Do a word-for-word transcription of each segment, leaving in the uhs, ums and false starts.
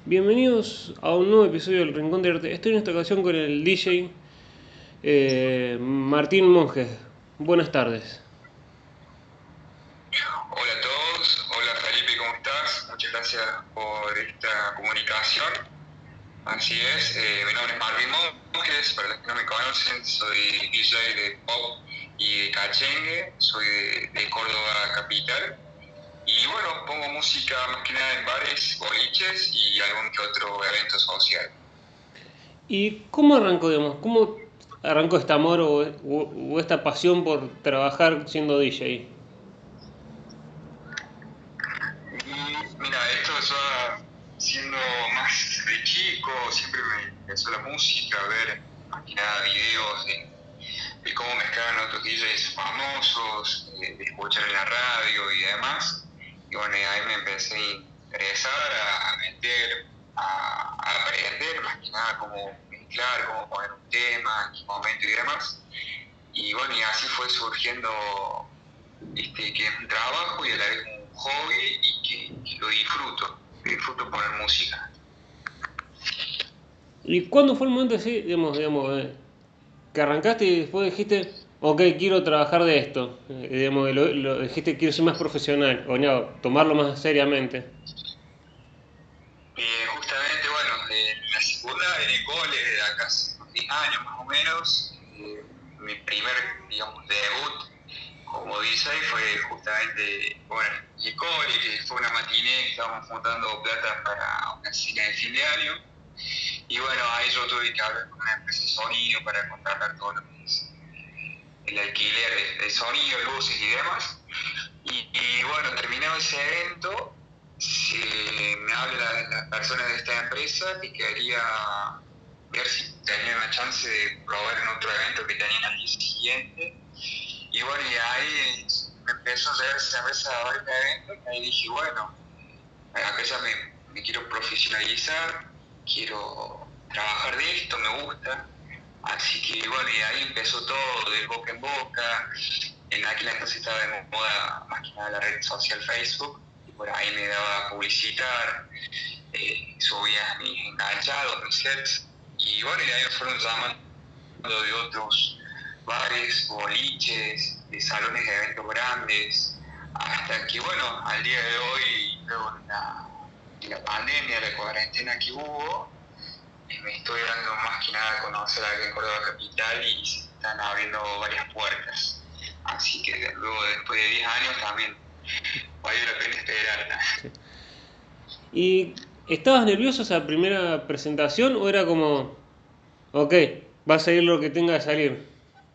Bienvenidos a un nuevo episodio del Rincón de Arte. Estoy en esta ocasión con el D J eh, Martín Monjes. Buenas tardes. Hola a todos, hola Felipe, ¿cómo estás? Muchas gracias por esta comunicación. Así es, eh, mi nombre es Martín Monjes, para los que no me conocen, soy D J de pop y de cachengue, soy de, de Córdoba capital. Y bueno, pongo música más que nada en bares, boliches y algún que otro evento social. ¿Y cómo arrancó, digamos, cómo arrancó este amor o, o- o esta pasión por trabajar siendo D J? Y mira, esto ya siendo más de chico, siempre me interesó la música, ver más que nada videos de de cómo mezclaban otros D Js famosos, eh, de escuchar en la radio y demás. Y bueno, y ahí me empecé a interesar, a, a meter, a, a aprender más que nada cómo mezclar, cómo poner un tema, en qué momento y demás. Y bueno, y así fue surgiendo este, que es un trabajo y a la vez un hobby y que, que lo disfruto, disfruto poner música. ¿Y cuándo fue el momento así, digamos, digamos, eh, que arrancaste y después dijiste, ok, quiero trabajar de esto? Eh, digamos, lo, lo- dijiste, quiero ser más profesional, o no, tomarlo más seriamente. Eh, justamente, bueno, en la secundaria, en el cole, de acá hace unos diez años más o menos, eh, mi primer, digamos, debut como D J fue justamente, bueno, en el cole, que fue una matiné, estábamos juntando plata para una cena de fin de año, y bueno, ahí yo tuve que hablar con una empresa de sonido para contratar todo lo que es el alquiler de, de sonido, luces y demás. Y, y bueno, terminado ese evento, se me habla la, la persona de esta empresa que quería ver si tenía una chance de probar en otro evento que tenían al día siguiente. Y bueno, y ahí me empezó a llegar esa empresa a varios eventos, y ahí dije, bueno, acá ya me, me quiero profesionalizar, quiero trabajar de esto, me gusta. Así que bueno, y ahí empezó todo de boca en boca. En aquel entonces estaba de moda más que nada la red social Facebook, y por ahí me daba a publicitar, eh, subía mis enganchados, mis sets, y bueno, y de ahí me fueron llamando de otros bares, boliches, de salones de eventos grandes, hasta que bueno, al día de hoy, luego de la, de la pandemia, la cuarentena que hubo, eh, me estoy dando más que nada a conocer acá en Córdoba Capital y se están abriendo varias puertas. Así que luego, después de diez años, también vale la pena esperar. ¿Y estabas nervioso esa primera presentación o era como, ok, va a salir lo que tenga que salir?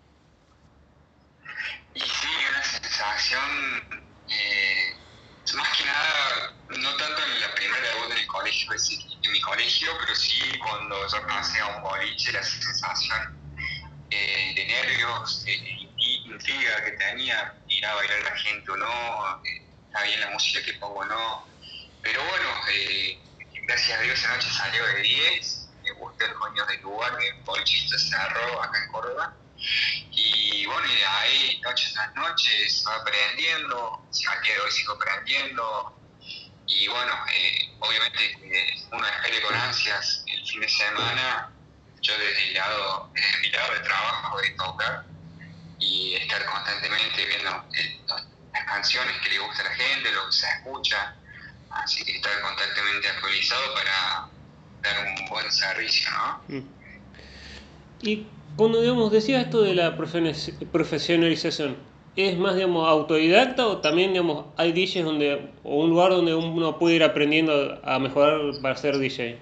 Y sí, una sensación, eh, más que nada, no tanto en la primera debut en el colegio, es decir, en mi colegio, pero sí cuando yo pasé a un boliche, la sensación eh, de nervios, de intriga que tenía, ir a bailar la gente o no, eh, está bien la música que pongo o no. Pero bueno, eh, gracias a Dios esa noche salió de diez, me gusté los dueños del lugar, de Bolchito Cerro, acá en Córdoba. Y bueno, y de ahí, noche tras noche, se va aprendiendo, si al día de hoy sigo aprendiendo. Y bueno, eh, obviamente eh, uno espera con ansias el fin de semana, yo desde, el lado, desde mi lado de trabajo, de tocar y estar constantemente viendo eh, las canciones que le gusta a la gente, lo que se escucha, así que estar constantemente actualizado para dar un buen servicio, ¿no? Mm. Y cuando, digamos, decías esto de la profes- profesionalización, ¿es más, digamos, autodidacta o también, digamos, hay D Js donde, o un lugar donde uno puede ir aprendiendo a mejorar para ser D J?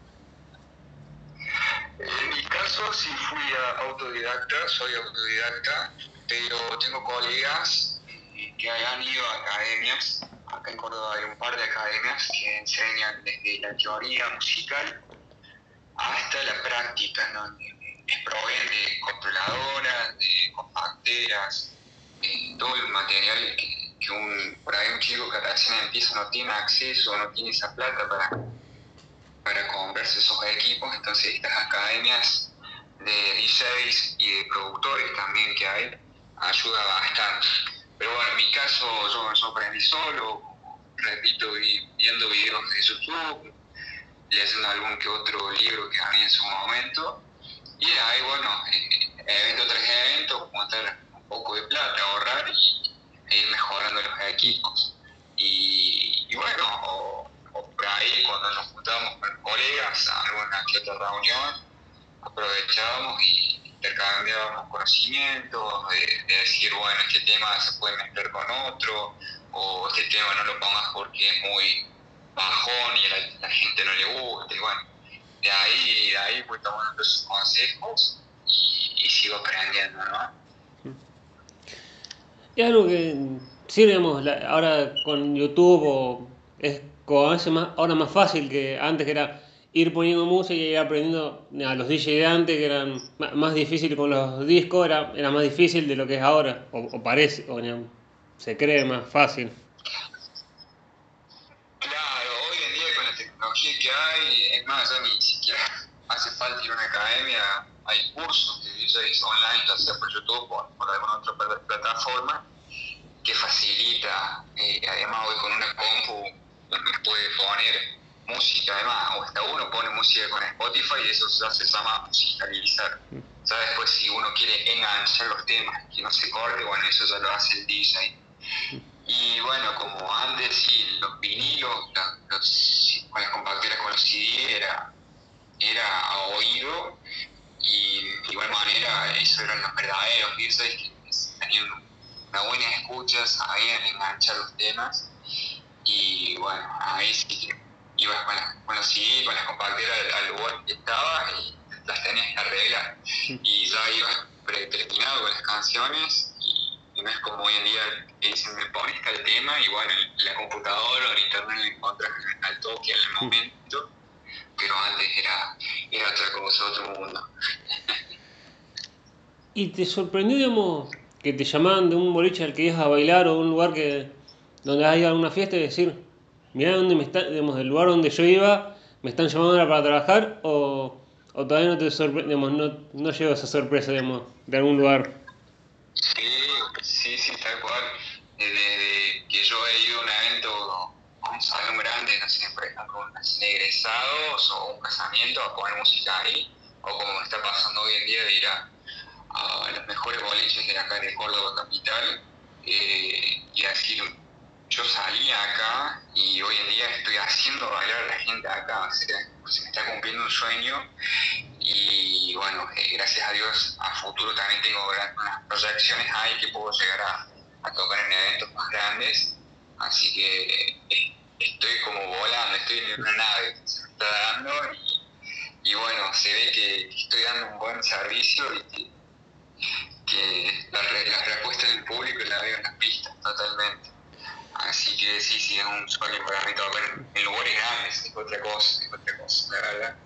En mi caso sí fui autodidacta, soy autodidacta, pero tengo colegas eh, que han ido a academias. Acá en Córdoba hay un par de academias que enseñan desde la teoría musical hasta la práctica, ¿no? Les proveen de controladoras, de compacteras, eh, todo el material que, que un, por ahí un chico que recién empieza no tiene acceso, no tiene esa plata para, para comprarse esos equipos. Entonces estas academias de D Js y de productores también que hay ayuda bastante. Pero bueno, en mi caso yo, yo aprendí solo, repito, vi, viendo videos de YouTube, leyendo algún que otro libro que gané en su momento. Y de ahí, bueno, eh, evento tras evento, juntar un poco de plata, ahorrar y e ir mejorando los equipos. Y, y bueno, o, o por ahí cuando nos juntábamos con colegas a alguna que otra reunión, aprovechábamos y intercambiábamos conocimientos, de, de decir, bueno, este tema se puede mezclar con otro, o este tema no lo pongas porque es muy bajón y a la, la gente no le gusta, y bueno, de ahí, de ahí voy tomando esos consejos y, y sigo aprendiendo, ¿no? Es algo que, sí, digamos, la- ahora con YouTube o es como a veces más, ahora más fácil que antes, que era ir poniendo música y ir aprendiendo a los D J de antes, que eran ma- más difíciles con los discos, era, era más difícil de lo que es ahora, o, o parece, o digamos, se cree más fácil. Claro, hoy en día con la tecnología que hay, es más, ya ni siquiera hace falta ir a una academia, hay cursos de D Js online, ya sea por YouTube o por, por alguna otra pla- plataforma, que facilita, eh, además hoy con una compu uno puede poner música, además, o hasta uno pone música con Spotify y eso ya se llama musicalizar. Ya después si uno quiere enganchar los temas, que no se corte, bueno, eso ya lo hace el D J. Y bueno, como antes sí, los vinilos, la- los, con las compacteras con los C D era, era a oído, y de igual manera esos eran los verdaderos D Js que tenían una buena escucha, sabían enganchar los temas, y bueno, ahí sí que ibas con, la, con los C D, con las compacteras al, al lugar que estabas y las tenías que arreglar, y ya ibas predestinado con las canciones, y, y no es como hoy en día que dicen me pones tal tema y bueno, en la computadora o en internet lo encuentras al toque, al momento, pero antes era, era otra cosa, otro mundo. ¿Y te sorprendió, digamos, que te llamaban de un boliche al que ibas a bailar o un lugar que donde hay alguna fiesta y decir, mirá dónde me está, digamos, del lugar donde yo iba, me están llamando ahora para trabajar, o, o todavía no te sorprende, digamos, no, no llegó esa sorpresa, digamos, de algún lugar? Sí, sí, sí, tal cual. Desde que yo he ido a un evento, a un salón grande, no sé, por ejemplo, un cine de egresados o un casamiento, a poner música ahí, o como está pasando hoy en día de ir a, a los mejores boliches de acá de Córdoba capital, eh, y decir, yo salí acá y hoy en día estoy haciendo bailar a la gente acá, o sea, se me está cumpliendo un sueño. Y bueno, eh, gracias a Dios a futuro también tengo unas proyecciones ahí que puedo llegar a, a tocar en eventos más grandes, así que eh, estoy como volando, estoy en una nave que se me está dando, y, y bueno, se ve que estoy dando un buen servicio y que, que la, la respuesta del público la veo en las pistas totalmente. Así que sí, sí, es un sueño para mí tocar en, en lugares grandes, es otra cosa, es otra cosa, la verdad.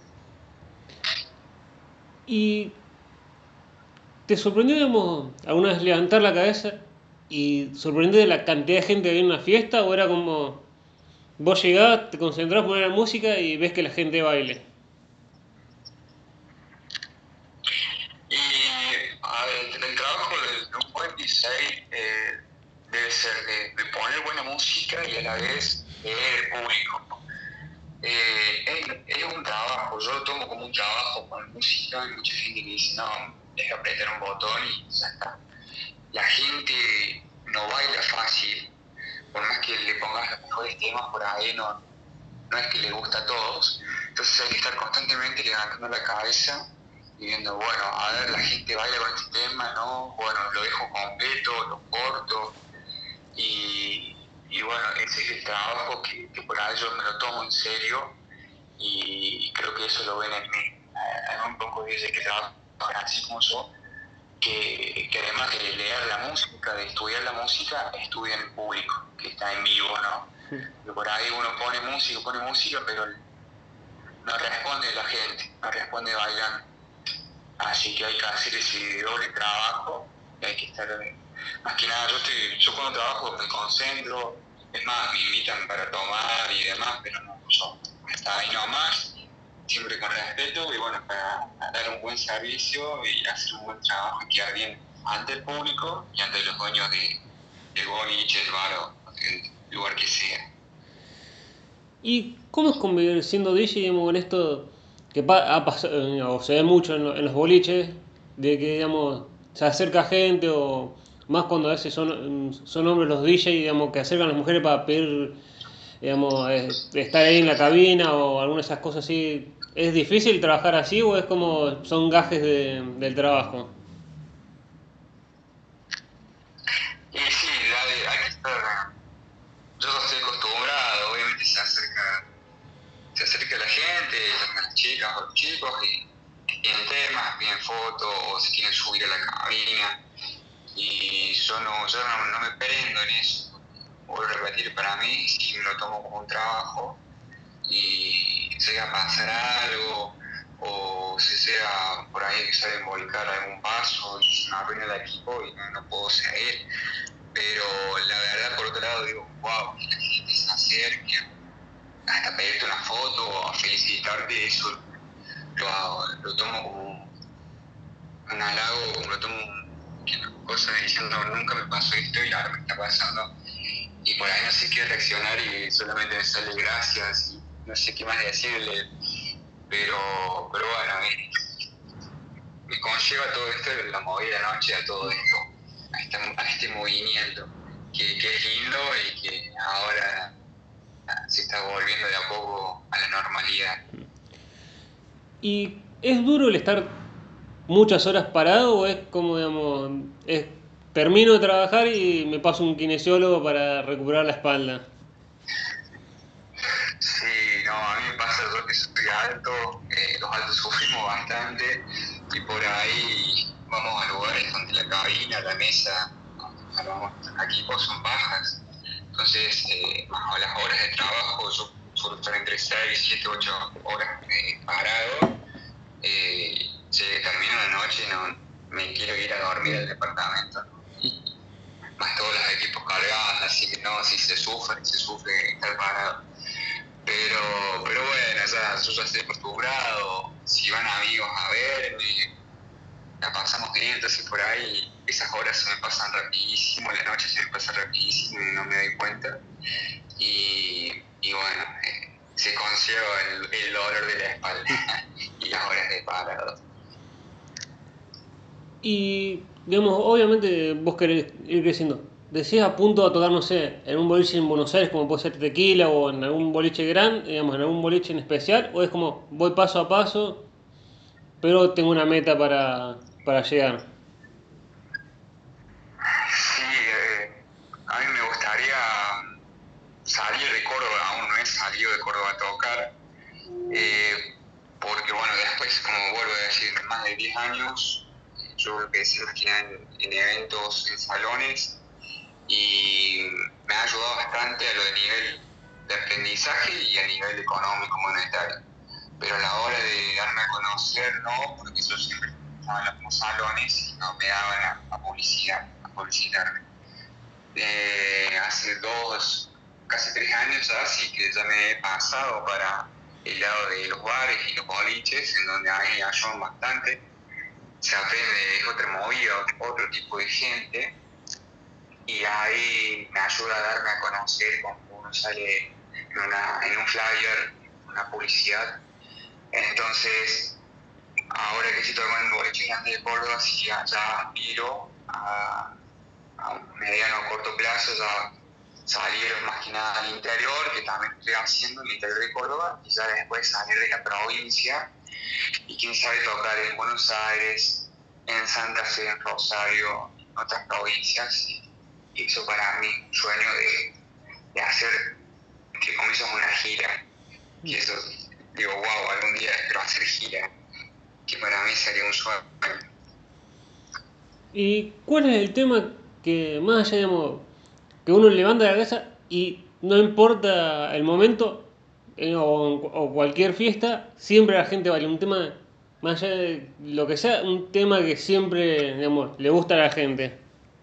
¿Y te sorprendió, digamos, alguna vez levantar la cabeza y sorprender de la cantidad de gente que había en una fiesta, o era como vos llegás, te concentrás, poner la música y ves que la gente baile? Y a ver, el trabajo de, de un buen D J eh, debe ser de, de poner buena música y a la vez leer el público. Eh, es, es un trabajo, yo lo tomo como un trabajo con música. Hay mucha gente que dice, no, deja apretar un botón y ya está. La gente no baila fácil, por más que le pongas los mejores temas por ahí, no, no es que le gusta a todos. Entonces hay que estar constantemente levantando la cabeza y viendo, bueno, a ver, la gente baila con este tema, ¿no? Bueno, lo dejo completo, lo corto. Y, y bueno, ese es el trabajo que, que por ahí yo me lo tomo en serio, y creo que eso lo ven en mí. Eh, Hay un poco de ese que trabaja así como yo, que, que además de leer la música, de estudiar la música, estudia el público, que está en vivo, ¿no? Que por ahí uno pone música, pone música, pero no responde la gente, no responde bailando. Así que hay que hacer ese doble trabajo, y hay que estar, más que nada, yo, estoy, yo cuando trabajo me concentro, es más, me invitan para tomar y demás, pero no, yo hasta ahí nomás, siempre con respeto, y bueno, para dar un buen servicio y hacer un buen trabajo y quedar bien ante el público y ante los dueños de, del boliche, el bar o el lugar que sea. ¿Y cómo es convivir siendo D J, digamos, con esto que pa- ha pasado, o se ve mucho en, lo- en los boliches, de que, digamos, se acerca gente, o más cuando a veces son, son hombres los D J, digamos, que acercan a las mujeres para pedir, digamos, eh, estar ahí en la cabina o alguna de esas cosas así? ¿Es difícil trabajar así o es como son gajes de- del trabajo? Y sí, hay, hay que estar, yo no estoy acostumbrado, obviamente se acerca, se acerca la gente, las chicas o los chicos y piden temas, piden fotos o se quieren subir a la cabina y yo no, yo no, no me prendo en eso, vuelvo a repetir, para mí si me lo tomo como un trabajo y llega a pasar algo o si sea por ahí que saben volcar algún paso y se me arruina el equipo y no, no puedo seguir. Pero la verdad, por otro lado, digo, wow, que la gente se acerque hasta pedirte una foto o a felicitarte, eso lo, lo tomo como un halago, como lo tomo como cosa diciendo, nunca me pasó esto y ahora me está pasando. Y por ahí no sé qué reaccionar y solamente me sale gracias y no sé qué más decirle. Pero, pero bueno, eh, me conlleva todo esto, la movida de noche, a todo esto, a este, a este movimiento, que, que es lindo y que ahora se está volviendo de a poco a la normalidad. ¿Y es duro el estar muchas horas parado o es como, digamos, es, termino de trabajar y me paso un kinesiólogo para recuperar la espalda? Sí, no, a mí me pasa yo que soy alto, eh, los altos sufrimos bastante y por ahí vamos a lugares donde la cabina, la mesa, vamos, equipos son bajas. Entonces, eh, bajo las horas de trabajo, yo suelo estar entre seis, siete, ocho horas eh, parado. Eh, si termino la noche y no me quiero ir a dormir al departamento, ¿no? Y más todos los equipos cargando, así que no, si se sufre, se sufre estar parado. Pero, pero bueno, ya, yo ya estoy acostumbrado, si van amigos a verme, la pasamos bien, entonces por ahí esas horas se me pasan rapidísimo, la noche se me pasa rapidísimo y no me doy cuenta. Y, y bueno, eh, se conlleva el, el dolor de la espalda y las horas de parado. Y, digamos, obviamente vos querés ir creciendo. ¿Decís a punto de tocar, no sé, en un boliche en Buenos Aires como puede ser Tequila o en algún boliche grande, digamos, en algún boliche en especial? ¿O es como voy paso a paso, pero tengo una meta para, para llegar? Sí, eh, a mí me gustaría salir de Córdoba, aún no he salido de Córdoba a tocar, eh, porque bueno, después, como vuelvo a decir, más de diez años, yo empecé más que nada en, en eventos, en salones, y me ha ayudado bastante a lo de nivel de aprendizaje y a nivel económico monetario. Pero a la hora de darme a conocer, no, porque yo siempre estaba en los mismos salones y no me daban a, a publicidad, a publicitarme. Eh, hace dos, casi tres años ya, sí que ya me he pasado para el lado de los bares y los boliches, en donde ahí ayudan bastante. Se aprende, es otra movida, otro tipo de gente, y ahí me ayuda a darme a conocer cuando uno sale en, una, en un flyer, una publicidad. Entonces, ahora que estoy tomando el boliche grande de Córdoba, sí ya, ya aspiro a, a un mediano o corto plazo ya salir más que nada al interior, que también estoy haciendo en el interior de Córdoba, y ya después salir de la provincia y quién sabe tocar en Buenos Aires, en Santa Fe, en Rosario, en otras provincias. Y eso para mí es un sueño de, de hacer, que comienzas una gira, que eso, digo, wow, algún día espero hacer gira, que para mí sería un sueño. ¿Y cuál es el tema que más allá, digamos, que uno levanta la cabeza y no importa el momento eh, o, o cualquier fiesta, siempre la gente baila un tema, más allá de lo que sea, un tema que siempre, digamos, le gusta a la gente?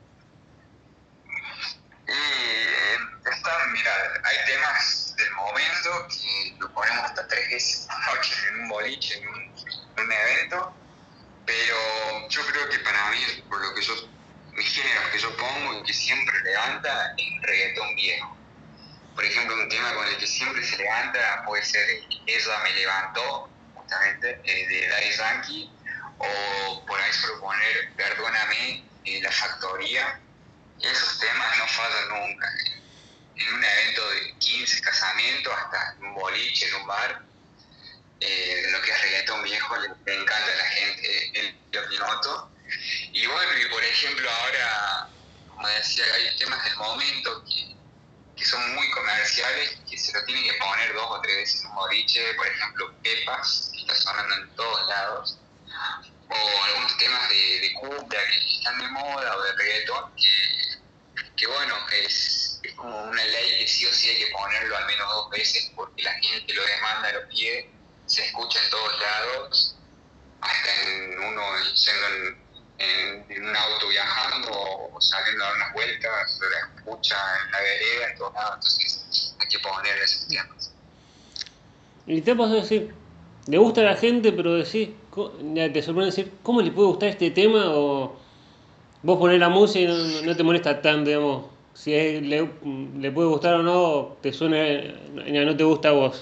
Y eh, está, mira, hay temas del momento que lo ponemos hasta tres veces por noche en un boliche, en un, en un evento, pero yo creo que para mí, por lo que yo, mis géneros que yo pongo y que siempre levanta, es reggaetón viejo. por ejemplo, un tema con el que siempre se levanta puede ser Ella me levantó, justamente, eh, de Daddy Yankee, o por ahí solo poner Perdóname, eh, La Factoría. Esos temas no fallan nunca. En un evento de quince casamientos, hasta en un boliche, en un bar, eh, lo que es reggaetón viejo le, le encanta a la gente, el lo noto. Y bueno, y por ejemplo ahora, como decía, hay temas del momento que, que son muy comerciales, que se lo tienen que poner dos o tres veces en un boliche, por ejemplo Pepas, que está sonando en todos lados, o algunos temas de, de cumbia que están de moda, o de reggaetón, que, que bueno, es, es como una ley que sí o sí hay que ponerlo al menos dos veces, porque la gente lo demanda, lo pide, se escucha en todos lados, hasta en uno yendo en, en, en un auto viajando o saliendo a dar unas vueltas, se la escucha en la vereda, en todos lados, entonces hay que poner esos temas. Y te pasó a decir, le gusta a la gente, pero decís, co- ya te sorprende decir, ¿cómo le puede gustar este tema? O vos ponés la música y no, no- no te molesta tanto, digamos, si es- le, le puede gustar o no, te suena, ya no te gusta a vos.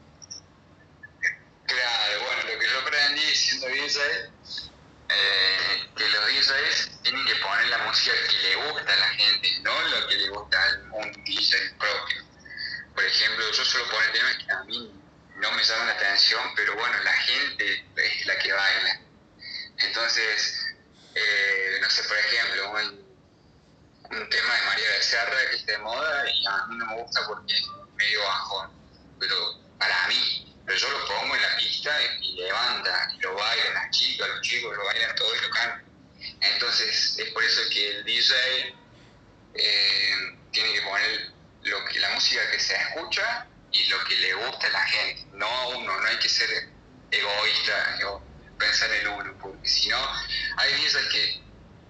Claro, bueno, lo que yo aprendí siendo D J, eh, que los D Js tienen que poner la música que le gusta a la gente, no lo que le gusta a un D J propio. Por ejemplo, yo suelo poner temas que a mí no me llaman la atención, pero bueno, la gente es la que baila. Entonces, eh, no sé, por ejemplo, un, un tema de María Becerra que está de moda y a mí no me gusta porque es medio bajón, pero para mí, pero yo lo pongo en la pista y, y levanta, y lo bailan las chicas, los chicos lo bailan todo y lo cantan. Entonces, es por eso que el D J eh, tiene que poner lo que, la música que se escucha y lo que le gusta a la gente, no a uno, no hay que ser egoísta o pensar en uno, porque si no, hay D Js que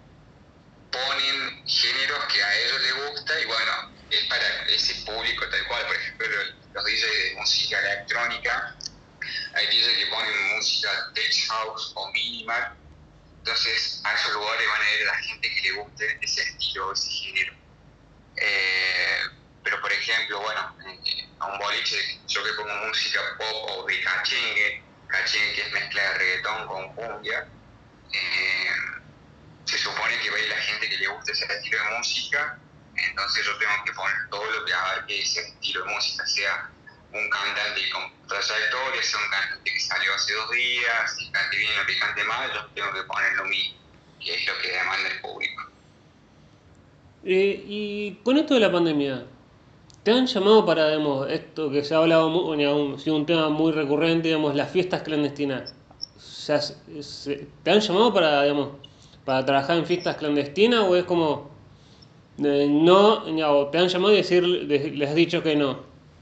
ponen géneros que a ellos les gusta y bueno, es para ese público tal cual. Por ejemplo, los D Js de música electrónica, hay D Js que ponen música tech house o minimal, entonces a esos lugares van a ir la gente que le guste ese estilo, ese género. Eh, pero por ejemplo, bueno, eh, a un boliche, yo que pongo música pop o de cachengue, cachengue que es mezcla de reggaetón con cumbia, eh, se supone que va a ir la gente que le gusta ese estilo de música, entonces yo tengo que poner todo lo que abarque ese estilo de música, sea un cantante con trayectoria, sea un cantante que salió hace dos días, que cante bien o que cante mal, yo tengo que poner lo mismo, que es lo que demanda el público. Eh, y con esto de la pandemia, ¿te han llamado para, digamos, esto que se ha hablado, mu- bueno, ha sido un tema muy recurrente, digamos, las fiestas clandestinas? ¿Se has- se- ¿Te han llamado para, digamos, para trabajar en fiestas clandestinas o es como, eh, no, ya, o te han llamado y decir, de- les has dicho que no?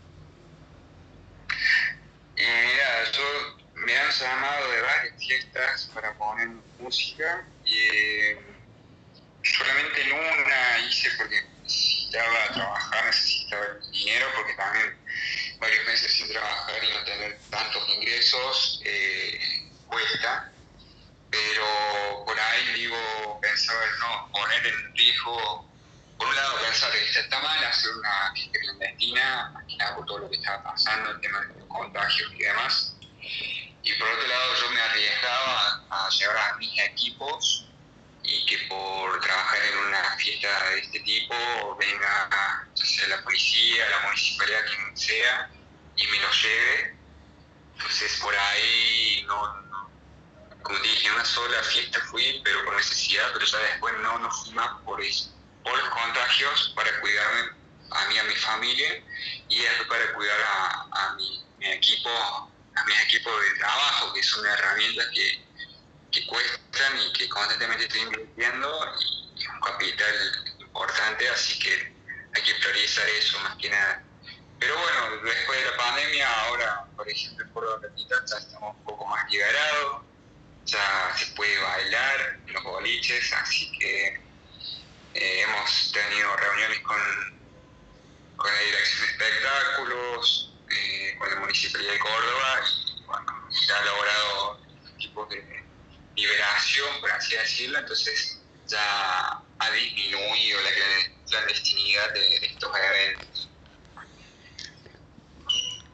Y mira, yo me han llamado de varias fiestas para poner música y eh, solamente en una hice porque necesitaba trabajar, necesitaba el dinero porque también varios meses sin trabajar y no tener tantos ingresos eh, cuesta, pero por ahí digo, pensaba en no poner en riesgo, por un lado pensar que está mal hacer una fiesta clandestina, más que nada por todo lo que estaba pasando, el tema de los contagios y demás, y por otro lado yo me arriesgaba a llevar a mis equipos y que por trabajar en una fiesta de este tipo venga ya sea la policía, la municipalidad, quien sea, y me lo lleve. Entonces por ahí no, no como te dije, en una sola fiesta fui, pero por necesidad, pero ya después no, no fui más por eso, por los contagios, para cuidarme a mí, a mi familia, y después para cuidar a, a mi, mi equipo, a mis equipos de trabajo, que son herramientas que que cuestan y que constantemente estoy invirtiendo y es un capital importante, así que hay que priorizar eso más que nada. Pero bueno, después de la pandemia, ahora, por ejemplo, en Córdoba Capital ya estamos un poco más liberados, ya se puede bailar en los boliches, así que eh, hemos tenido reuniones con, con la Dirección de Espectáculos, eh, con la Municipalidad de Córdoba y bueno, se ha logrado tipos de liberación, por así decirlo, entonces ya ha disminuido la clandestinidad de, de estos eventos.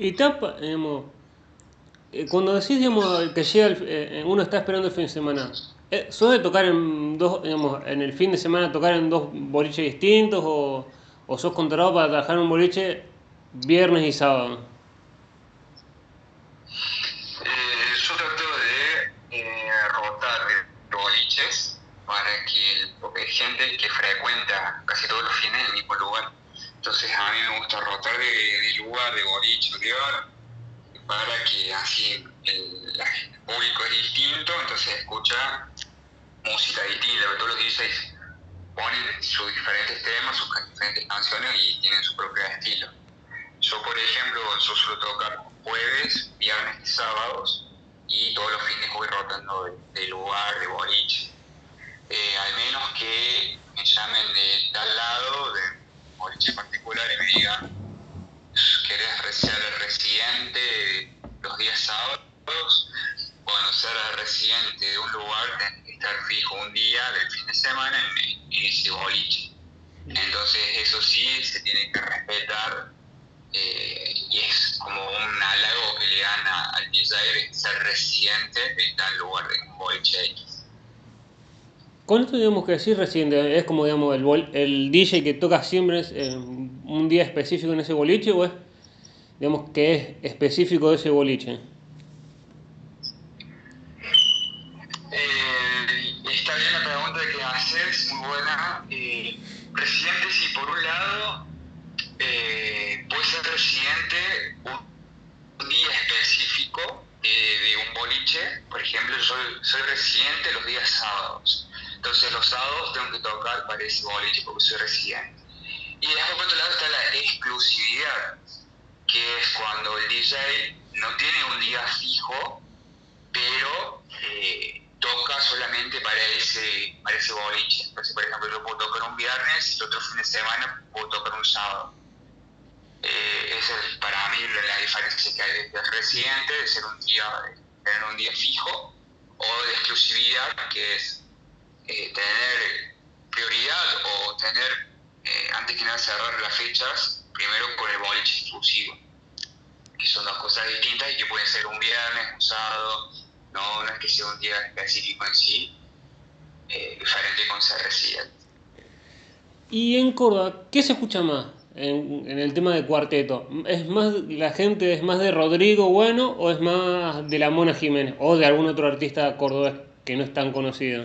Y tapa, digamos, eh, cuando decís, digamos, que llega el- eh, uno está esperando el fin de semana, eh, ¿sos de tocar en dos, digamos, en el fin de semana tocar en dos boliches distintos o, o sos contratado para trabajar en un boliche viernes y sábado? Eh, yo trato de eh, rotar de boliches para que, el- porque hay gente que frecuenta casi todos los fines el mismo lugar. Entonces a mí me gusta rotar de, de lugar, de boliche, de bar, para que así el, la- el público es distinto, entonces escucha música distinta, porque todos los D Js ponen sus diferentes temas, sus diferentes canciones y tienen su propio estilo. Yo, por ejemplo, yo suelo tocar jueves, viernes y sábados, y todos los fines voy rotando de, de lugar, de boliche. Eh, al menos que me llamen de tal lado, de boliche particular, y me digan, ¿querés ser el residente los días sábados? Bueno, ser el residente de un lugar, tenés que estar fijo un día del fin de semana en, en ese boliche. Entonces, eso sí, se tiene que respetar, eh, y es como un halago que le dan a- al D J de ser residente de tal lugar, de un boliche X. Con esto digamos que decir residente, ¿es como digamos el, bol- el D J que toca siempre eh, un día específico en ese boliche o es digamos que es específico de ese boliche? Eh, está bien la pregunta que haces, muy buena. Eh, residente, sí, por un lado, eh, puede ser residente un día específico eh, de un boliche. Por ejemplo, yo soy residente los días sábados. Entonces los sábados tengo que tocar para ese boliche porque soy residente. Y después por otro lado está la exclusividad, que es cuando el D J no tiene un día fijo, pero eh, toca solamente para ese, para ese boliche. Entonces, por ejemplo, yo puedo tocar un viernes y el otro fin de semana puedo tocar un sábado. Eh, esa es para mí la, la diferencia que hay de residente, de ser un día, de tener un día fijo, o de exclusividad, que es eh, tener prioridad o tener, eh, antes que nada, cerrar las fechas primero con el boliche exclusivo, que son dos cosas distintas y que pueden ser un viernes, un sábado, no, no es que sea un día específico en sí, eh, diferente con ser residente. Y en Córdoba, ¿qué se escucha más en, en el tema de cuarteto? ¿Es más la gente es más de Rodrigo Bueno o es más de la Mona Jiménez o de algún otro artista cordobés que no es tan conocido?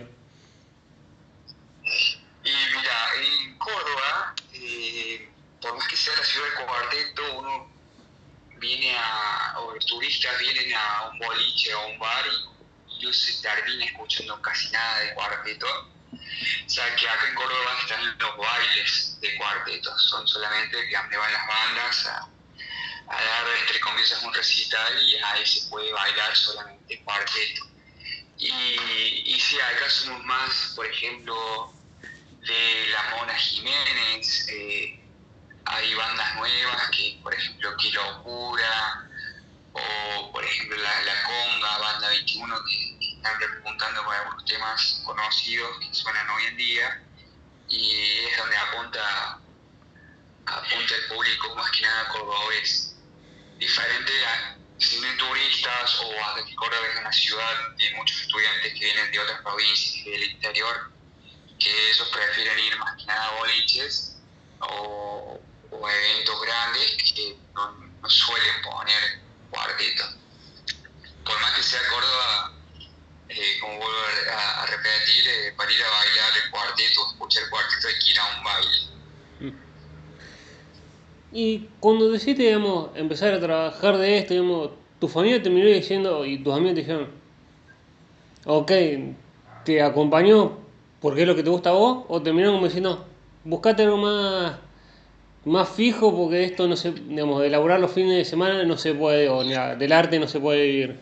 Y mira, en Córdoba, eh, por más que sea la ciudad del cuarteto, uno viene a, o los turistas vienen a un boliche o a un bar y no se termina escuchando casi nada de cuarteto. O sea, que acá en Córdoba están los bailes de cuartetos, son solamente que donde van las bandas a, a dar, entre comillas, un recital y ahí se puede bailar solamente cuarteto. Y, y si acá somos más, por ejemplo, de la Mona Jiménez, eh, hay bandas nuevas que, por ejemplo, Qué Locura, o por ejemplo la, la Conga, Banda veintiuno, que, que están repuntando con algunos temas conocidos que suenan hoy en día, y es donde apunta, apunta el público más que nada cordobés. Diferente a si vienen turistas o a que Córdoba es una ciudad de muchos estudiantes que vienen de otras provincias y del interior, que ellos prefieren ir más que nada a boliches o, o eventos grandes que no, no suelen poner cuarteto. Por más que sea Córdoba, eh, como vuelvo a, a repetir, eh, para ir a bailar el cuarteto o escuchar cuarteto hay que ir a un baile. Y cuando decidiste, digamos, empezar a trabajar de esto, digamos, tu familia te miró diciendo y tus amigos te dijeron, ok, ¿te acompañó porque es lo que te gusta a vos? ¿O te miraron como diciendo, buscate algo más, más fijo porque esto no se, digamos, de elaborar los fines de semana no se puede, o nada, del arte no se puede vivir?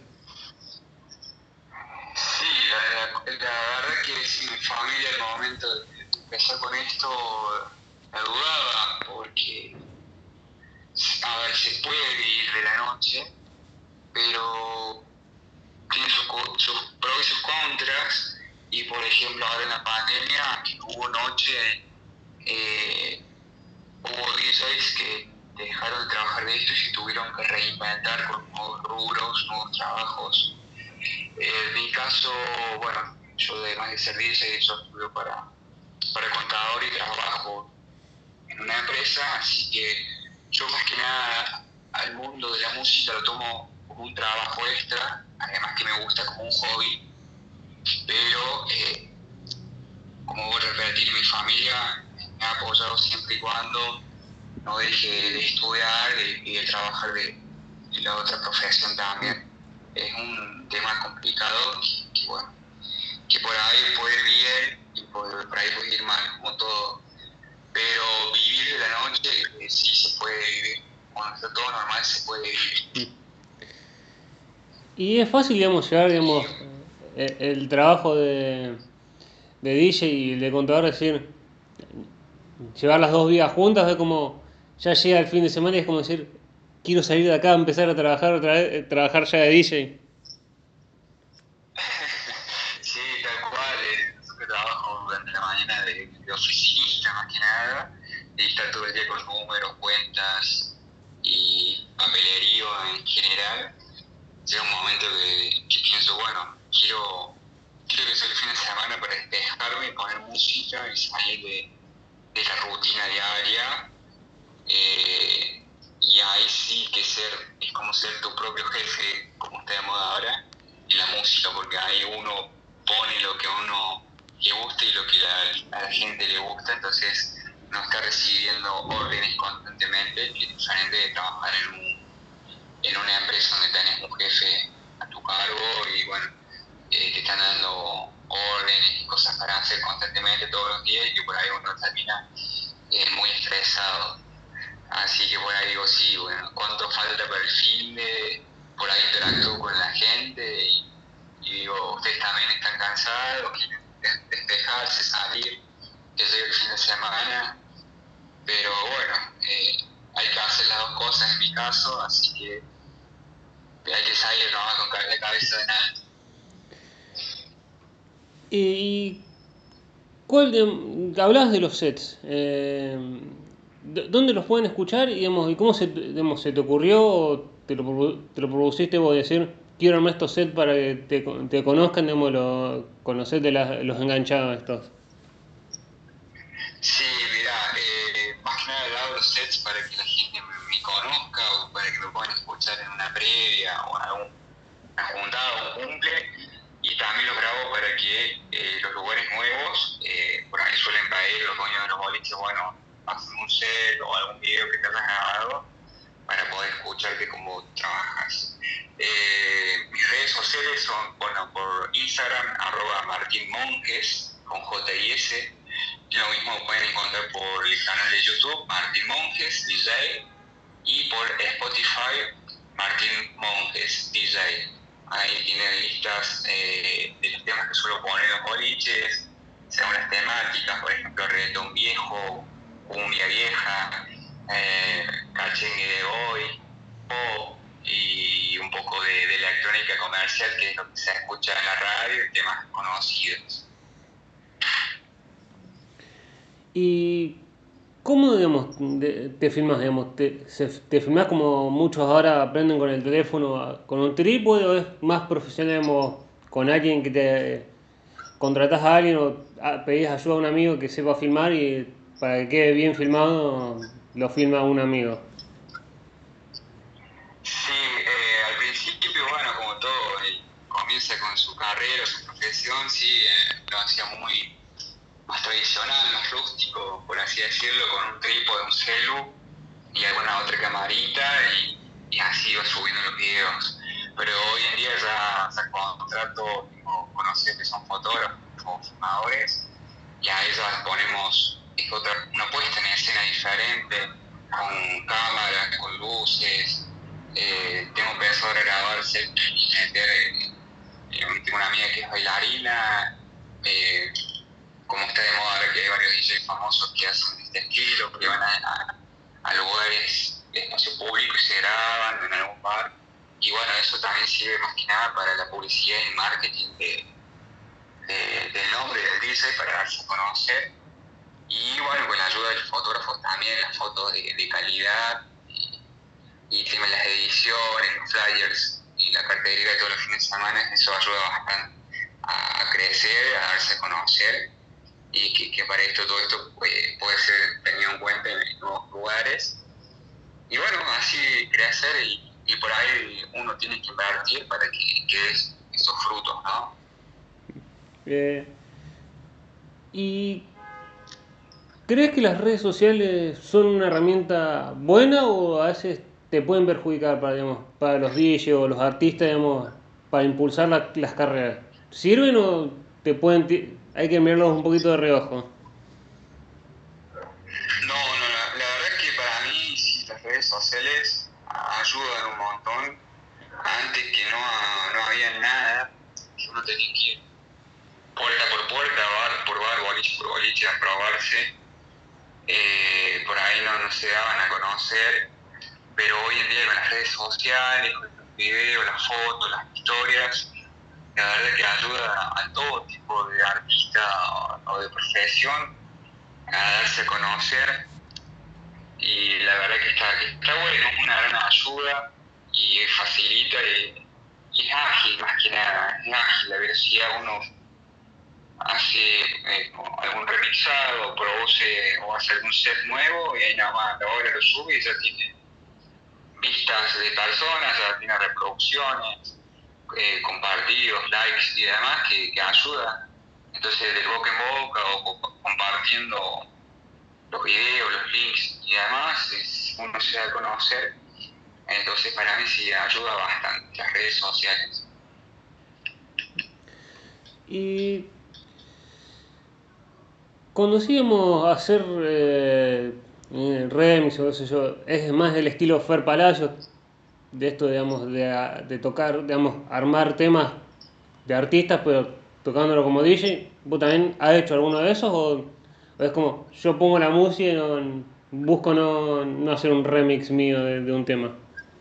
Sí, la, la, la verdad que sí, mi familia al momento de empezar con esto me dudaba porque, a ver, se puede vivir de la noche, pero tiene sus, sus pros y sus contras. Y por ejemplo, ahora en la pandemia, que hubo noche, eh, hubo D Js que dejaron de trabajar de esto y se tuvieron que reinventar con nuevos rubros, nuevos trabajos. Eh, en mi caso, bueno, yo además de ser D J, yo estudio para, para contador y trabajo en una empresa, así que yo más que nada al mundo de la música lo tomo como un trabajo extra, además que me gusta como un hobby, pero eh, como voy a repetir, mi familia me ha apoyado siempre y cuando no deje de estudiar y de, de trabajar de, de la otra profesión también. Es un tema complicado que, que, bueno, que por ahí puede ir bien y por, por ahí puede ir mal, como todo. Pero vivir de la noche eh, sí se puede vivir. Cuando está todo normal se puede vivir. Y es fácil, digamos, llevar, digamos, el, el trabajo de, de D J y el de contador, es decir, llevar las dos vidas juntas, es como, ya llega el fin de semana y es como decir, quiero salir de acá, empezar a trabajar otra vez, trabajar ya de D J. Sí, tal cual. Eh, yo trabajo durante la mañana de, de oficinista más que nada, y estar todo el día con números, cuentas y papelerío en general. Llega un momento que, que pienso, bueno, quiero, quiero que sea el fin de semana para despejarme, poner música y salir de, de la rutina diaria. Eh, y ahí sí que ser, es como ser tu propio jefe, como está de moda ahora, en la música, porque ahí uno pone lo que a uno le gusta y lo que la, a la gente le gusta, entonces no está recibiendo órdenes constantemente, que es diferente de trabajar en, un, en una empresa donde tenés un jefe a tu cargo y bueno, eh, te están dando órdenes y cosas para hacer constantemente todos los días y que por ahí uno termina eh, muy estresado. Así que por ahí digo, sí, bueno, ¿cuánto falta para el fin de? Por ahí interactúo con la gente y, y digo, ustedes también están cansados, quieren despejarse, salir, que llegue el fin de semana, pero bueno, eh, hay que hacer las dos cosas en mi caso, así que hay que salir nomás con la cabeza de nada. Y ¿cuál de, hablabas de los sets? Eh, ¿Dónde los pueden escuchar? Y, digamos, ¿y cómo se, digamos, se te ocurrió? O te, lo, ¿Te lo propusiste vos decir, quiero armar estos sets para que te, te conozcan, digamos, lo, con los sets de la, los enganchados estos? Sí, mira, eh, más que nada hago los sets para que la gente me, me conozca o para que me puedan escuchar en una previa o en algún una juntada o un cumple, y también los grabo para que eh, los lugares nuevos, eh, por ahí suelen pedir los dueños de los boliches, bueno, hacen un set o algún video que te hayas grabado para poder escucharte cómo trabajas. Eh, mis redes sociales son, bueno, por Instagram, arroba Martín Monjes, con J y S. Y lo mismo pueden encontrar por el canal de YouTube, Martín Monjes, D J, y por Spotify, Martín Monjes, D J. Ahí tienen listas eh, de los temas que suelo poner en los boliches, según las temáticas, por ejemplo, reggaetón viejo, cumbia vieja, eh, cachengue de hoy, pop y un poco de, de electrónica comercial, que es lo que se escucha en la radio, y temas conocidos. ¿Y cómo, digamos, de- te filmas, digamos? ¿Te, se- te filmas como muchos ahora aprenden con el teléfono, a- con un trípode, o es más profesional, digamos, con alguien que te contratás a alguien o a- pedís ayuda a un amigo que sepa filmar y para que quede bien filmado lo filma un amigo? Sí, eh, al principio, bueno, como todo, él comienza con su carrera, su profesión, sí, eh, lo hacía muy más tradicional, más rústico, por así decirlo, con un trípode, un celu y alguna otra camarita y, y así iba subiendo los videos. Pero hoy en día ya, ya contrato, tengo conocidos que son fotógrafos o filmadores y a ellas ponemos es otra, una puesta en escena diferente, con cámaras, con luces. Eh, tengo pensado grabarse y meter, eh, eh, tengo una amiga que es bailarina, eh, como está de moda ahora que hay varios D Js famosos que hacen este estilo, que van a, a, a lugares de espacio público y se graban en algún bar. Y bueno, eso también sirve más que nada para la publicidad y marketing de, de, del nombre del D J para darse a conocer. Y bueno, con la ayuda de los fotógrafos también, las fotos de, de calidad y el tema de las ediciones, los flyers y la cartelera de todos los fines de semana, eso ayuda bastante a, a crecer, a darse a conocer, y que, que para esto todo esto puede, puede ser tenido en cuenta en, en nuevos lugares. Y bueno, así crecer, y, y por ahí uno tiene que invertir para que, que des esos frutos, ¿no? Eh, ¿Y crees que las redes sociales son una herramienta buena o a veces te pueden perjudicar para, digamos, para los D J o los artistas, digamos, para impulsar la- las carreras? ¿Sirven o te pueden ti- hay que mirarlos un poquito de reojo? No, no, la, la verdad es que para mí sí, las redes sociales ayudan un montón. Antes que no, no había nada, uno tenía que ir puerta por puerta, bar por bar, boliche por boliche, a probarse. Eh, por ahí no, no se daban a conocer, pero hoy en día con las redes sociales, con los videos, las fotos, las historias, la verdad que ayuda a todo tipo de artista o, o de profesión a darse a conocer, y la verdad que está, que está bueno, es una gran ayuda y facilita y, y es ágil más que nada, es ágil la velocidad. Uno hace eh, algún remixado, produce o hace algún set nuevo y ahí nada más ahora lo sube y ya tiene vistas de personas, ya tiene reproducciones, eh, compartidos, likes y demás que, que ayuda. Entonces de boca en boca o co- compartiendo los videos, los links y demás, es, uno se da a conocer. Entonces para mí sí ayuda bastante las redes sociales. Y cuando decíamos hacer eh, eh, remix o qué sé yo, es más del estilo Fer Palacios, de esto, digamos, de, a- de tocar, digamos, armar temas de artistas, pero tocándolo como D J. ¿Vos también has hecho alguno de esos o, o es como yo pongo la música y no, busco no, no hacer un remix mío de, de un tema?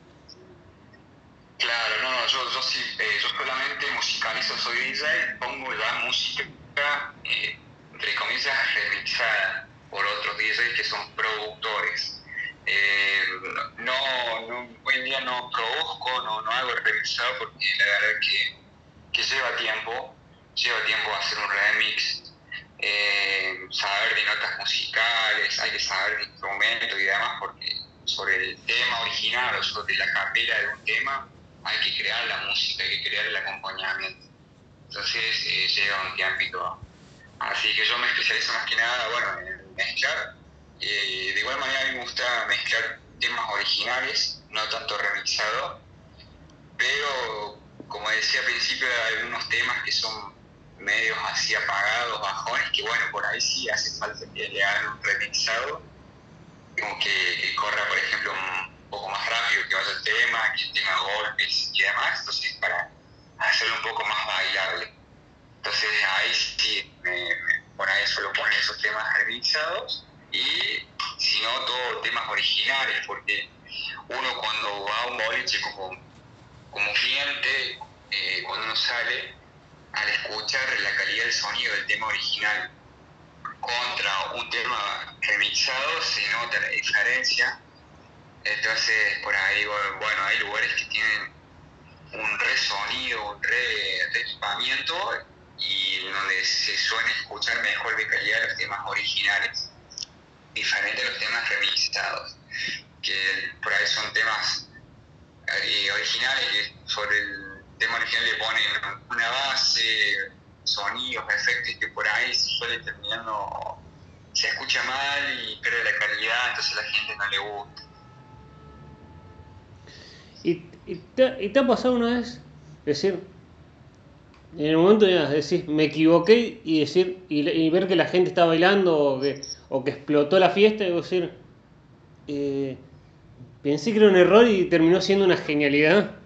Claro, no, no, yo, yo sí, eh, yo solamente musicalizo, soy D J, pongo la música, eh, entre comillas, remixada por otros D Js que son productores. Eh, no, no, hoy en día no produzco, no, no hago remixado porque la verdad que, que lleva tiempo, lleva tiempo hacer un remix, eh, saber de notas musicales, hay que saber de instrumentos y demás, porque sobre el tema original o sobre la cartera de un tema hay que crear la música, hay que crear el acompañamiento. Entonces eh, lleva un tiempito. Así que yo me especializo más que nada, bueno, en mezclar. Eh, de igual manera a mí me gusta mezclar temas originales, no tanto remixado, pero como decía al principio, hay algunos temas que son medios así apagados, bajones, que bueno, por ahí sí hace falta que le hagan un remixado, como que, que corra, por ejemplo, un poco más rápido, que vaya el tema, que tenga golpes y demás, entonces para hacerlo un poco más bailable. Entonces ahí sí, me, me, por ahí solo ponen esos temas remixados, y si no, todo temas originales, porque uno cuando va a un boliche como, como cliente, eh, cuando uno sale, al escuchar la calidad del sonido del tema original contra un tema remixado, se nota la diferencia. Entonces, por ahí, bueno, hay lugares que tienen un re sonido, un re, re equipamiento, y donde se suelen escuchar mejor de calidad los temas originales, diferente a los temas remixados, que por ahí son temas eh, originales que sobre el tema original le ponen una base, sonidos, efectos que por ahí suele terminando, se escucha mal y pierde la calidad, entonces a la gente no le gusta. ¿Y, y te, y te ha pasado una vez decir, en el momento de decir, me equivoqué y decir, y, y ver que la gente está bailando o que, o que explotó la fiesta y decir, eh, pensé que era un error y terminó siendo una genialidad?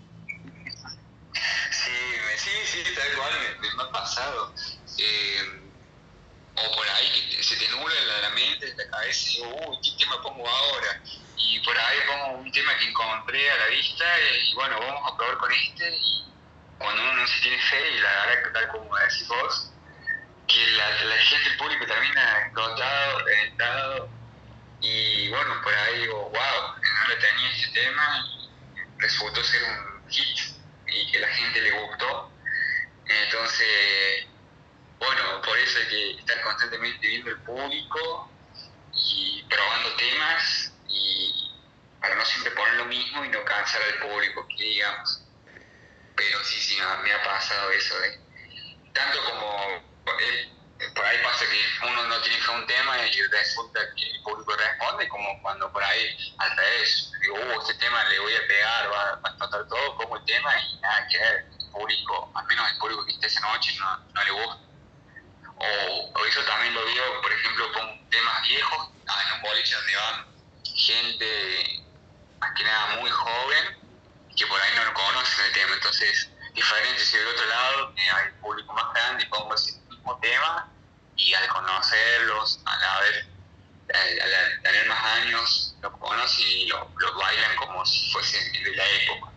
Sí, me- sí, sí, tal cual, me, me ha pasado. Eh, o por ahí que te- se te nubla la, la mente, la cabeza, y digo, uy, ¿qué tema pongo ahora? Y por ahí pongo un tema que encontré a la vista, eh, y bueno, vamos a probar con este, y cuando uno no se tiene fe, y la verdad que tal como decís vos, que la, la gente, el público termina explotado, reventado, y bueno, por ahí digo, wow, no le tenía este tema y resultó ser un hit y que a la gente le gustó. Entonces, bueno, por eso hay que estar constantemente viendo el público y probando temas y para no siempre poner lo mismo y no cansar al público, que digamos. Pero sí, sí, me ha, me ha pasado eso de tanto como eh, por ahí pasa que uno no tiene fe a un tema y resulta que el público responde, como cuando por ahí al revés, digo, uh, este tema le voy a pegar, va, va a explotar todo, como el tema y nada que ver, el público, al menos el público que esté esa noche no, no le gusta. O, o eso también lo veo, por ejemplo, con temas viejos, en un boliche donde van gente más que nada muy joven, que por ahí no lo conocen el tema, entonces diferente si del otro lado eh, hay público más grande y pongo ese mismo tema y al conocerlos, al haber, al, al tener más años, lo conocen y lo, lo bailan como si fuese de la época.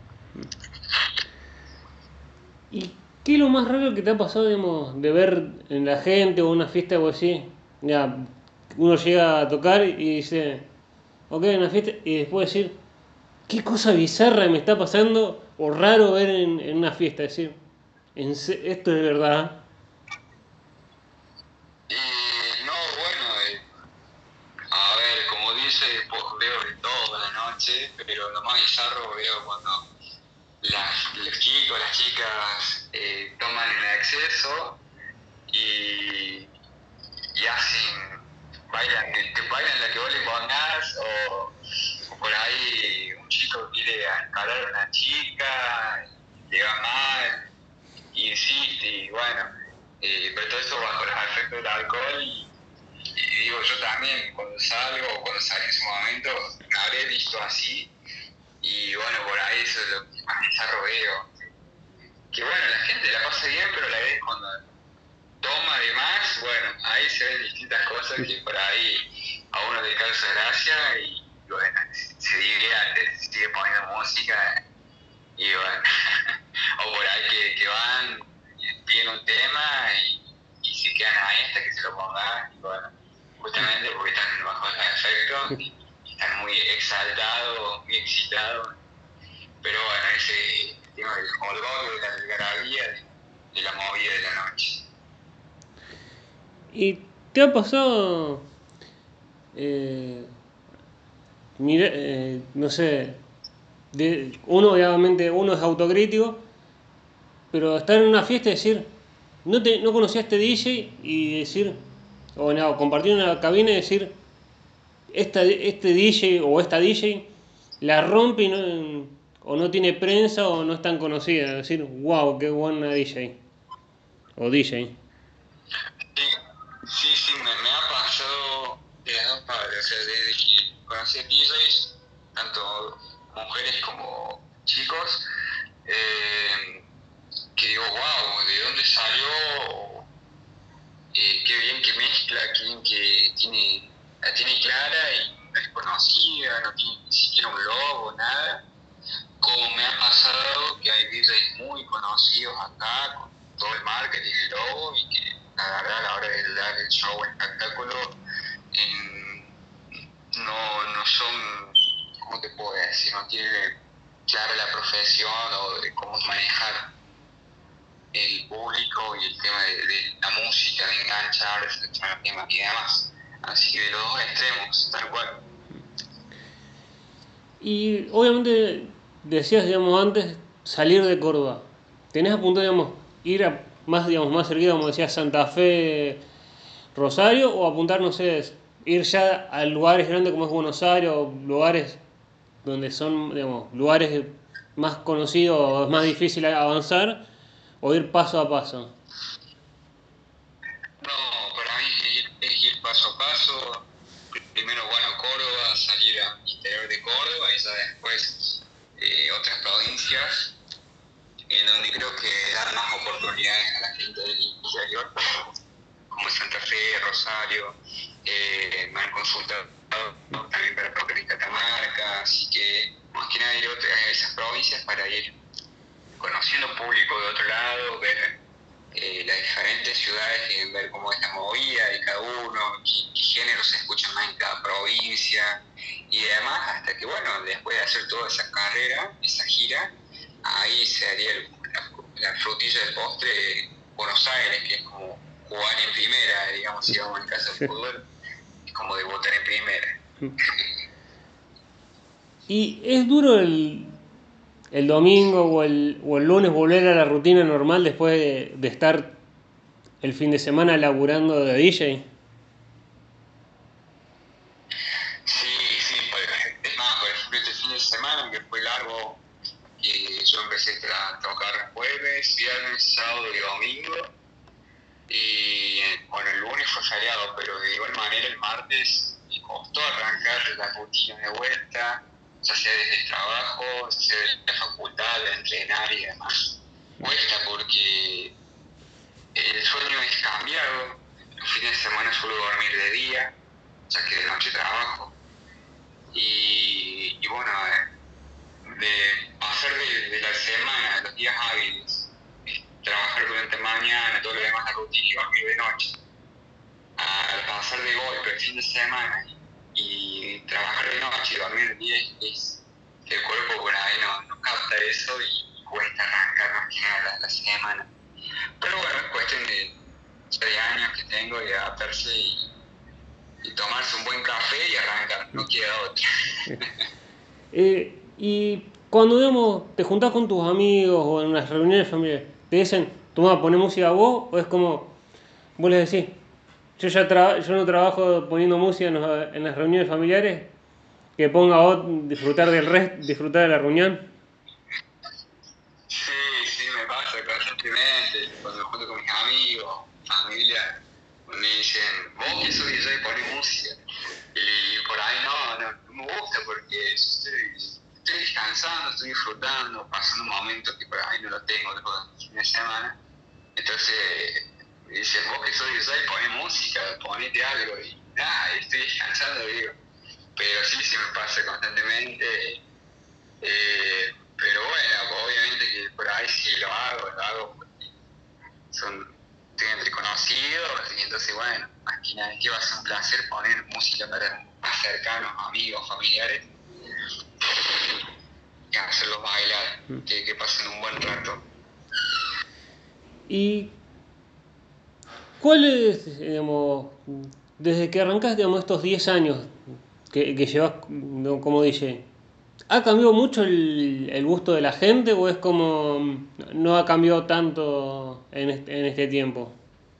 ¿Y qué es lo más raro que te ha pasado, digamos, de ver en la gente o una fiesta o así? Ya, uno llega a tocar y dice, ok, en una fiesta, y después decir, ¿qué cosa bizarra me está pasando o raro ver en, en una fiesta? Decir, ¿en se- ¿esto es verdad? Y no, bueno, eh, a ver, como dice, pues, veo de todo la noche, pero lo más bizarro veo cuando las, los chicos, las chicas eh, toman el acceso y, y hacen, bailan, te, te bailan la que vos le pongas, o, o por ahí un chico quiere encarar a una chica, le va mal, y insiste, y bueno, eh, pero todo eso bajo los efectos del alcohol, y, y digo, yo también cuando salgo, o cuando salí en su momento, me habré visto así, y bueno, por ahí eso es lo que más bizarro veo. Que bueno, la gente la pasa bien, pero a la vez cuando toma de más, bueno, ahí se ven distintas cosas que por ahí a uno le causa gracia y bueno, se divierte, se sigue poniendo música y bueno, o por ahí que, que van, piden un tema y, y se quedan ahí hasta que se lo pongan y bueno, justamente porque están bajo el efecto y están muy exaltados, muy excitados, pero bueno, ese tema del jolgorio, de la algarabía, de, de la movida de la noche. ¿Y te ha pasado, eh, mira, eh, no sé, de, uno obviamente uno es autocrítico, pero estar en una fiesta y decir, no, te, no conocía a este D J y decir, o no, compartir una cabina y decir, esta, este D J o esta D J la rompe y no, o no tiene prensa o no es tan conocida. Decir, wow, qué buena D J o D J. Sí, sí, sí, me, me ha pasado de las dos partes, o sea, desde que conocí a D Js, tanto mujeres como chicos, eh, que digo, wow, ¿de dónde salió? Eh, qué bien que mezcla, qué bien que tiene, la tiene clara y no es conocida, no tiene ni siquiera un logo, nada. Como me ha pasado que hay D Js muy conocidos acá, con todo el marketing y el logo, y que la verdad a la hora de dar el show, el espectáculo, en- no, no son, ¿cómo te puedo decir? No tienen clara la profesión o de cómo manejar el público y el tema de, de la música, de enganchar, de seleccionar los temas y demás. Así que de los dos extremos, tal cual. Y obviamente decías, digamos, antes, salir de Córdoba. ¿Tenés apuntado, digamos, ir a más, digamos, más cerquita, como decías, Santa Fe, Rosario, o apuntar, no sé, ir ya a lugares grandes como es Buenos Aires, o lugares donde son, digamos, lugares más conocidos o es más difícil avanzar, o ir paso a paso? No, para mí es ir, es ir paso a paso. Primero, bueno, Córdoba, salir al interior de Córdoba y ya después eh, otras provincias en donde creo que dar más oportunidades a la gente del interior, como Santa Fe, Rosario, eh, me han consultado también para tocar en Catamarca, así que más que nada ir a esas provincias para ir conociendo público de otro lado, ver eh, las diferentes ciudades, y ver cómo es la movida de cada uno, qué, qué géneros se escuchan más en cada provincia y demás, hasta que, bueno, después de hacer toda esa carrera, esa gira, ahí se haría el, la, la frutilla del postre Buenos Aires, que es como jugar en primera, digamos, si vamos en caso del fútbol, es como debutar en primera. ¿Y es duro el, el domingo o el, o el lunes volver a la rutina normal después de, de estar el fin de semana laburando de D J? Sí, sí, es más, por ejemplo, este fin de semana que fue largo, y yo empecé a tocar jueves, viernes, sábado y domingo. Y bueno, el lunes fue feriado, pero de igual manera el martes me costó arrancar la rutina de vuelta, ya sea desde el trabajo, ya sea de la facultad, de entrenar y demás. Cuesta porque el sueño es cambiado, los fines de semana suelo dormir de día, ya que de noche trabajo. Y, y bueno, de pasar de, de la semana, de los días hábiles, trabajar durante mañana, todo lo demás la rutina y dormir de noche, a pasar de golpe el fin de semana y, y trabajar de noche y dormir de día, es, el cuerpo por ahí no, no capta eso y cuesta arrancar más que nada la, la semana. Pero bueno, es cuestión de seis años que tengo y adaptarse y, y tomarse un buen café y arrancar, no queda otra. eh, y cuando digamos, te juntás con tus amigos o en unas reuniones familiares, te dicen, toma, poné música vos, o es como, vos les decís, yo ya tra yo no trabajo poniendo música en, los, en las reuniones familiares, que ponga vos disfrutar del resto, disfrutar de la reunión. Sí, sí, me pasa constantemente, cuando me junto con mis amigos, familia, me dicen, vos que sos D J, poné música. Y por ahí no, no, no me gusta porque estoy, estoy descansando, estoy disfrutando, pasando momentos que por ahí no lo tengo después del fin de semana. Entonces me dicen, vos que sos D J, poné música, ponete algo. Y nada, estoy descansando, digo. Pero sí, sí me pasa constantemente. Eh, pero bueno, obviamente que por ahí sí lo hago, lo hago porque son, estoy entre conocidos y entonces bueno, más que nada que va a ser un placer poner música para más cercanos, amigos, familiares, y hacerlos bailar, que, que pasen un buen rato. ¿Y cuál es, digamos, desde que arrancaste, digamos, estos diez años que, que llevas como D J, ¿ha cambiado mucho el, el gusto de la gente o es como no ha cambiado tanto en este, en este tiempo?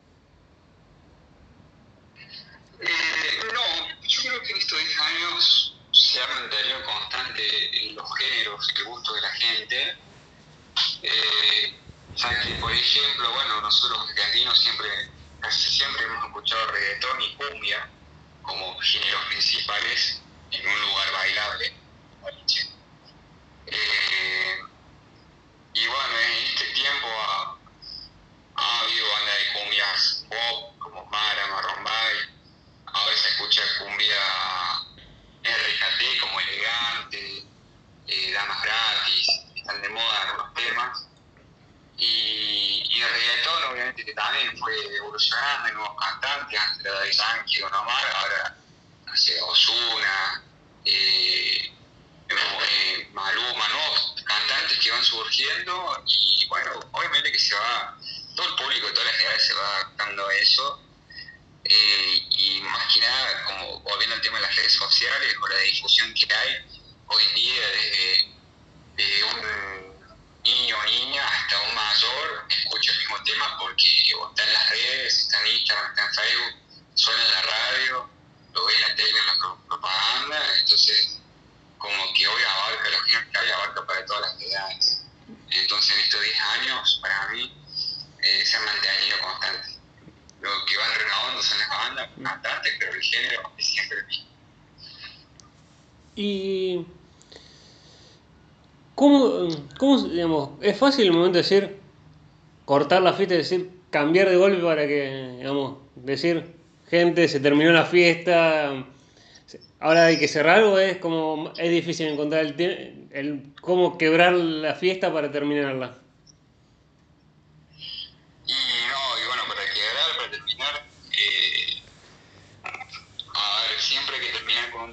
Eh, no, yo creo que en estos diez años se ha mantenido constante en los géneros, el gusto de la gente. Eh, ya que, por ejemplo, bueno, nosotros los argentinos siempre, casi siempre hemos escuchado reggaetón y cumbia como géneros principales en un lugar bailable. Eh, y bueno, en este tiempo ha, ha habido bandas de cumbias pop como Mara, Marrombay, ahora se escucha cumbia R K T como Elegante, eh, Damas Gratis, están de moda algunos temas. Y, y el reggaetón obviamente que también fue evolucionando, hay nuevos cantantes, antes era Daddy Yankee o Nomar, ahora no sé, Ozuna, eh, eh, Maluma, nuevos cantantes que van surgiendo y bueno, obviamente que se va, todo el público de todas las edades se va adaptando a eso. Eh, y más que nada, como volviendo al tema de las redes sociales o la difusión que hay hoy en día desde, desde un niño o niña hasta un mayor escucha el mismo tema porque está en las redes, está en Instagram, está en Facebook, suena en la radio, lo ve en la tele, en la pro propaganda, entonces como que hoy abarca, los géneros que hay abarca para todas las edades. Entonces en estos diez años, para mí, eh, se han mantenido constantes. Lo que van renovando son las bandas, cantantes, pero el género es siempre el mismo. Y ¿cómo, cómo, digamos, es fácil el momento de decir, cortar la fiesta y decir, cambiar de golpe para que, digamos, decir, gente, se terminó la fiesta, ahora hay que cerrar, o es como, es difícil encontrar el, el cómo quebrar la fiesta para terminarla? Y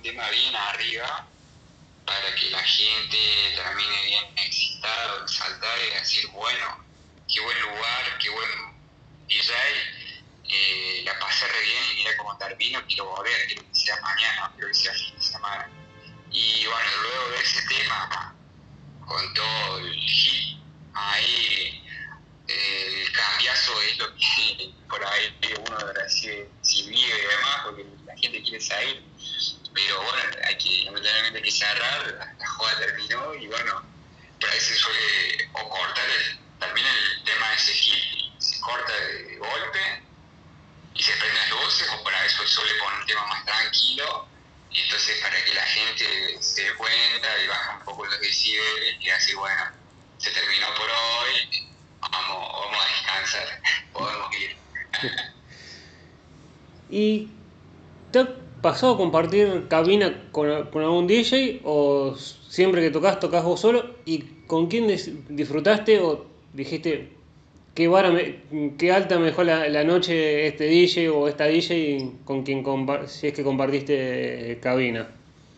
tema bien arriba para que la gente termine bien excitada, exaltada y decir, bueno, qué buen lugar, qué buen D J, eh, la pasé re bien y mira cómo termino, quiero volver, quiero que sea mañana, quiero que sea fin de semana. Y bueno, luego de ese tema, con todo el hit, ahí eh, el cambiazo es lo que por ahí uno recibe silbido y demás, porque la gente quiere salir. Pero bueno, hay que, lamentablemente hay que cerrar, la, la joda terminó y bueno, por ahí se suele o cortar, el, también el tema de ese hit, se corta de golpe y se prenden las luces, o por ahí se suele poner un tema más tranquilo, y entonces para que la gente se dé cuenta y baja un poco los decibeles y así, bueno, se terminó por hoy, vamos, vamos a descansar, podemos ir. ¿Y te ha pasado a compartir cabina con, con algún D J o siempre que tocas, tocas vos solo? ¿Y con quién dis- disfrutaste o dijiste qué, vara me- qué alta me dejó la, la noche este D J o esta D J con quien compa- si es que compartiste cabina?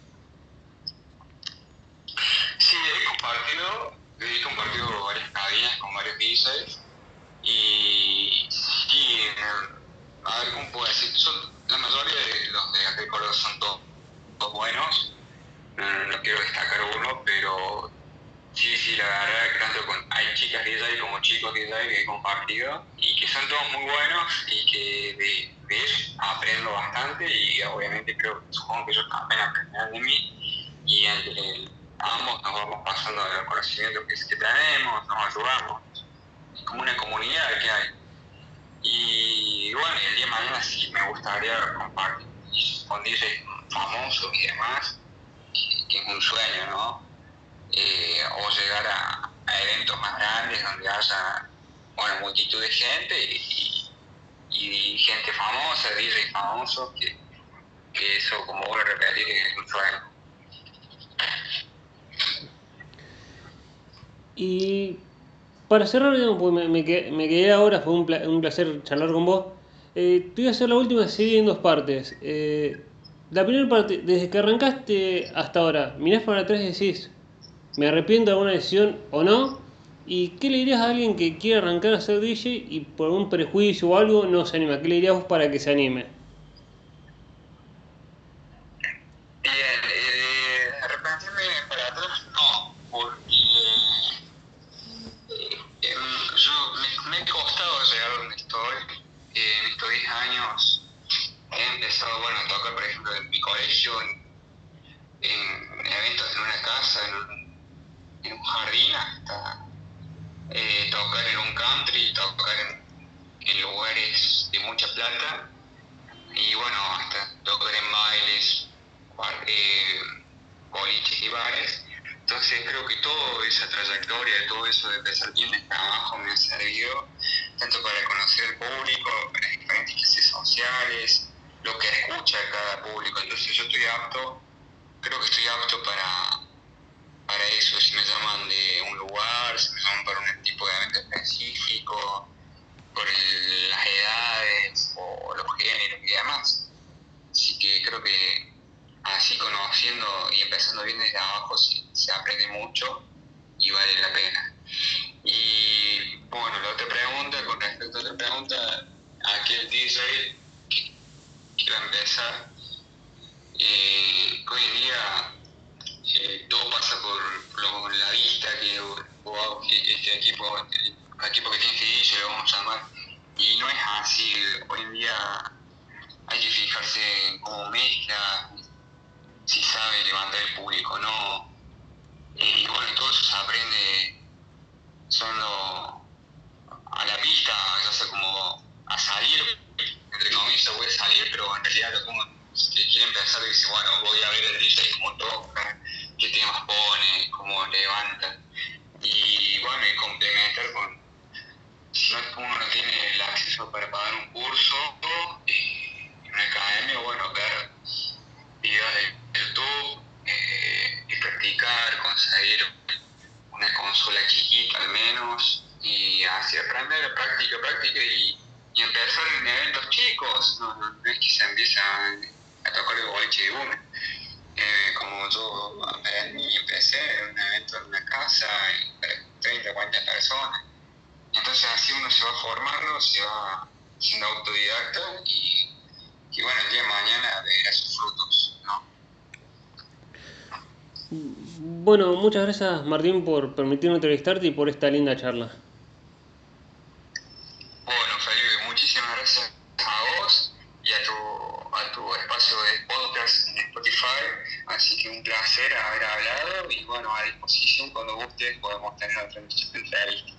Sí, he compartido, he compartido varias cabinas con varios D Js y sí, eh, a ver cómo puedo decir, son, la mayoría de los de acá de Córdoba son todos, todos buenos, no, no quiero destacar uno, pero sí, sí, la verdad que tanto con, hay chicas D J como chicos D J que he compartido y que son todos muy buenos y que de, de ellos aprendo bastante y obviamente creo, supongo que ellos también aprenderán de mí y entre ambos nos vamos pasando los conocimientos que, que tenemos, nos ayudamos, es como una comunidad que hay. Y bueno, el día de mañana sí me gustaría compartir con D Js famosos y demás, que, que es un sueño, ¿no? Eh, o llegar a, a eventos más grandes donde haya, bueno, multitud de gente y, y, y gente famosa, D Js famosos, que, que eso, como vuelvo a repetir, es un sueño. Y para cerrar, digamos, porque me, me quedé, me quedé ahora, fue un, pla- un placer charlar con vos. Eh, te voy a hacer la última serie en dos partes. Eh, la primera parte, desde que arrancaste hasta ahora, mirás para atrás y decís, ¿me arrepiento de alguna decisión o no? ¿Y qué le dirías a alguien que quiere arrancar a ser D J y por un prejuicio o algo no se anima? ¿Qué le dirías vos para que se anime? Bien, eh, arrepentirme para atrás, no, porque eh, em, yo me, me he costado llegar donde estoy. Eh, en estos diez años he empezado, bueno, a tocar, por ejemplo, en mi colegio, en, en eventos en una casa, en un, en un jardín, hasta eh, tocar en un country, tocar en, en lugares de mucha plata, y bueno, hasta tocar en bailes, bar- eh, boliches y bares. Entonces creo que toda esa trayectoria, todo eso de empezar bien el trabajo me ha servido tanto para conocer al público, las diferentes clases sociales, lo que escucha cada público. Entonces yo estoy apto, creo que estoy apto para, para eso. Si me llaman de un lugar, si me llaman para un tipo de evento específico, por el- las edades o los géneros y demás. Así que creo que así conociendo y empezando bien desde abajo se, se aprende mucho y vale la pena. Y bueno, la otra pregunta, con respecto a la otra pregunta, aquel D J que, que va a empezar, eh, hoy en día eh, todo pasa por, lo- la vista que, o, que este equipo, el equipo que tiene este D J, lo vamos a llamar, y no es así. Hoy en día hay que fijarse en cómo mezcla, si sabe levantar el público o no. Eh, y bueno, todo eso se aprende solo a la pista, ya sea como a salir, entre comillas, voy a salir, pero en realidad lo que uno que quiere empezar dice, bueno, voy a ver el D J cómo toca, qué temas pone, cómo levanta. Y bueno, y complementar con, si no, uno no tiene el acceso para pagar un curso, eh, en una academia, bueno, ver videos de YouTube, eh, y practicar, conseguir una consola chiquita al menos, y así aprender práctica, práctica y, y empezar en eventos chicos, no, no, no es que se empieza a, a tocar el boliche de una. como yo aprendí y empecé en un evento en una casa, treinta, cuarenta personas. Entonces así uno se va formando, se va siendo autodidacta y, y bueno, el día de mañana verá sus frutos, ¿no? Bueno, muchas gracias Martín por permitirme entrevistarte y por esta linda charla. Bueno, Felipe, muchísimas gracias a vos y a tu, a tu espacio de podcast en Spotify, así que un placer haber hablado y bueno, a disposición cuando gustes podemos tener otra entrevista.